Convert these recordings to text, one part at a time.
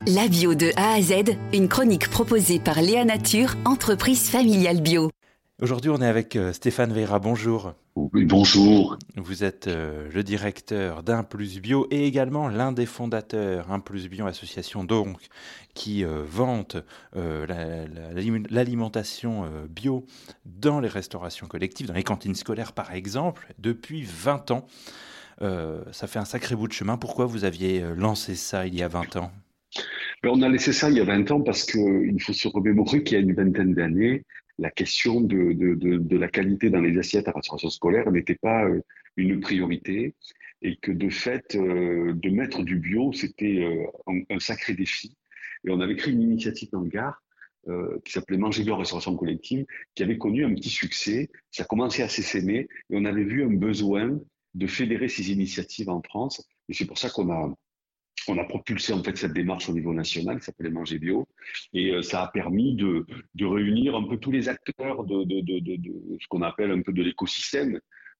La bio de A à Z, une chronique proposée par Léa Nature, entreprise familiale bio. Aujourd'hui, on est avec Stéphane Veyrat. Bonjour. Oui, bonjour. Vous êtes le directeur d'Un Plus Bio et également l'un des fondateurs, Un Plus Bio, association donc, qui vante l'alimentation bio dans les restaurations collectives, dans les cantines scolaires par exemple, depuis 20 ans. Ça fait un sacré bout de chemin. Pourquoi vous aviez lancé ça il y a 20 ans ? On a laissé ça il y a 20 ans parce qu'il faut se remémorer qu'il y a une vingtaine d'années, la question de la qualité dans les assiettes à restauration scolaire n'était pas une priorité et que de fait, de mettre du bio, c'était un sacré défi. Et on avait créé une initiative dans le Gard qui s'appelait Manger bio en restauration collective, qui avait connu un petit succès. Ça commençait à s'essaimer et on avait vu un besoin de fédérer ces initiatives en France. Et c'est pour ça qu'on a propulsé en fait cette démarche au niveau national qui s'appelait Manger bio et ça a permis de réunir un peu tous les acteurs de ce qu'on appelle un peu de l'écosystème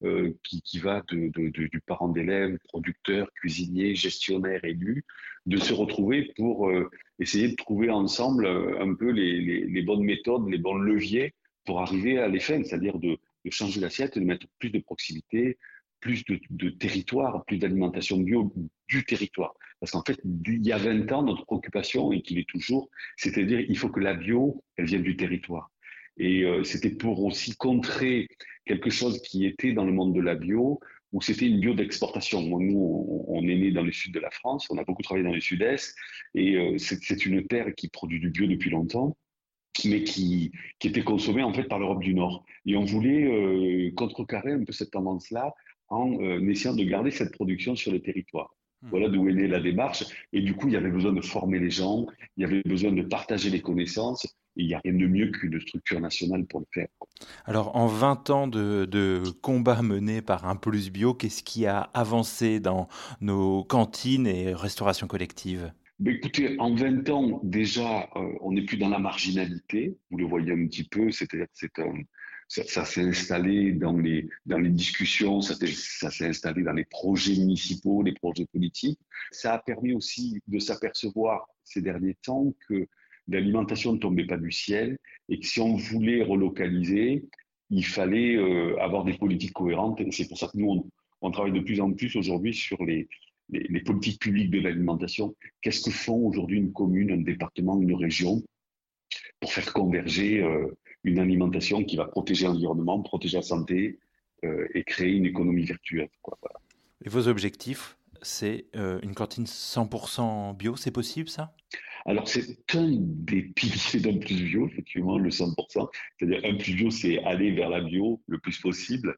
qui va du parent d'élève, producteur, cuisinier, gestionnaire, élu, de se retrouver pour essayer de trouver ensemble un peu les bonnes méthodes, les bons leviers pour arriver à l'effet, c'est-à-dire de changer l'assiette, de mettre plus de proximité, plus de territoire, plus d'alimentation bio du territoire. Parce qu'en fait, il y a 20 ans, notre préoccupation, et qu'il est toujours, c'est-à-dire il faut que la bio, elle vienne du territoire. Et c'était pour aussi contrer quelque chose qui était dans le monde de la bio, où c'était une bio d'exportation. Nous, on est né dans le sud de la France, on a beaucoup travaillé dans le sud-est, et c'est une terre qui produit du bio depuis longtemps, mais qui était consommée en fait par l'Europe du Nord. Et on voulait contrecarrer un peu cette tendance-là en essayant de garder cette production sur le territoire. Voilà d'où est née la démarche. Et du coup, il y avait besoin de former les gens, il y avait besoin de partager les connaissances. Et il n'y a rien de mieux qu'une structure nationale pour le faire. Alors, en 20 ans de combats menés par Un Plus Bio, qu'est-ce qui a avancé dans nos cantines et restaurations collectives ? Écoutez, en 20 ans, déjà, on n'est plus dans la marginalité. Vous le voyez un petit peu, c'est-à-dire que ça s'est installé dans les discussions, ça s'est installé dans les projets municipaux, les projets politiques. Ça a permis aussi de s'apercevoir ces derniers temps que l'alimentation ne tombait pas du ciel et que si on voulait relocaliser, il fallait avoir des politiques cohérentes. Et c'est pour ça que nous, on travaille de plus en plus aujourd'hui sur les politiques publiques de l'alimentation. Qu'est-ce que font aujourd'hui une commune, un département, une région pour faire converger une alimentation qui va protéger l'environnement, protéger la santé et créer une économie vertueuse. Voilà. Et vos objectifs, c'est une cantine 100% bio, c'est possible ça ? Alors c'est un des piliers d'Un Plus Bio, effectivement, le 100%. C'est-à-dire Un Plus Bio, c'est aller vers la bio le plus possible.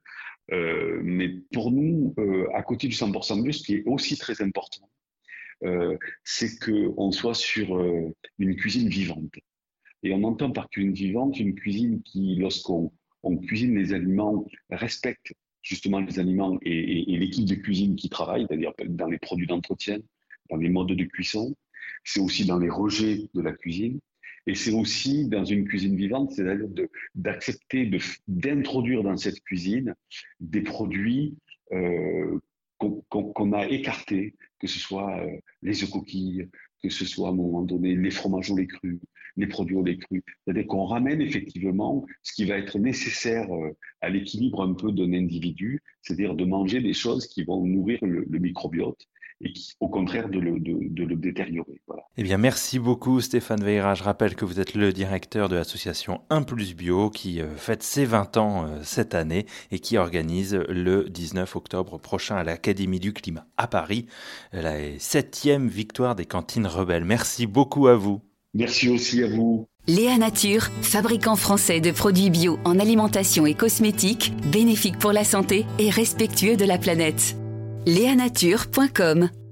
Mais pour nous, à côté du 100% bio, ce qui est aussi très important, c'est qu'on soit sur une cuisine vivante. Et on entend par cuisine vivante une cuisine qui, lorsqu'on cuisine les aliments, respecte justement les aliments et l'équipe de cuisine qui travaille, c'est-à-dire dans les produits d'entretien, dans les modes de cuisson. C'est aussi dans les rejets de la cuisine. Et c'est aussi dans une cuisine vivante, c'est-à-dire d'accepter d'introduire dans cette cuisine des produits qu'on a écartés, que ce soit les œufs coquilles, que ce soit à un moment donné les fromages au lait cru, les produits au lait cru. C'est-à-dire qu'on ramène effectivement ce qui va être nécessaire à l'équilibre un peu d'un individu, c'est-à-dire de manger des choses qui vont nourrir le microbiote et qui, au contraire, de le détériorer. Voilà. Eh bien, merci beaucoup Stéphane Veyrat. Je rappelle que vous êtes le directeur de l'association Un Plus Bio qui fête ses 20 ans cette année et qui organise le 19 octobre prochain à l'Académie du Climat à Paris la 7e victoire des cantines rebelles. Merci beaucoup à vous. Merci aussi à vous. Léa Nature, fabricant français de produits bio en alimentation et cosmétiques, bénéfiques pour la santé et respectueux de la planète. Leanature.com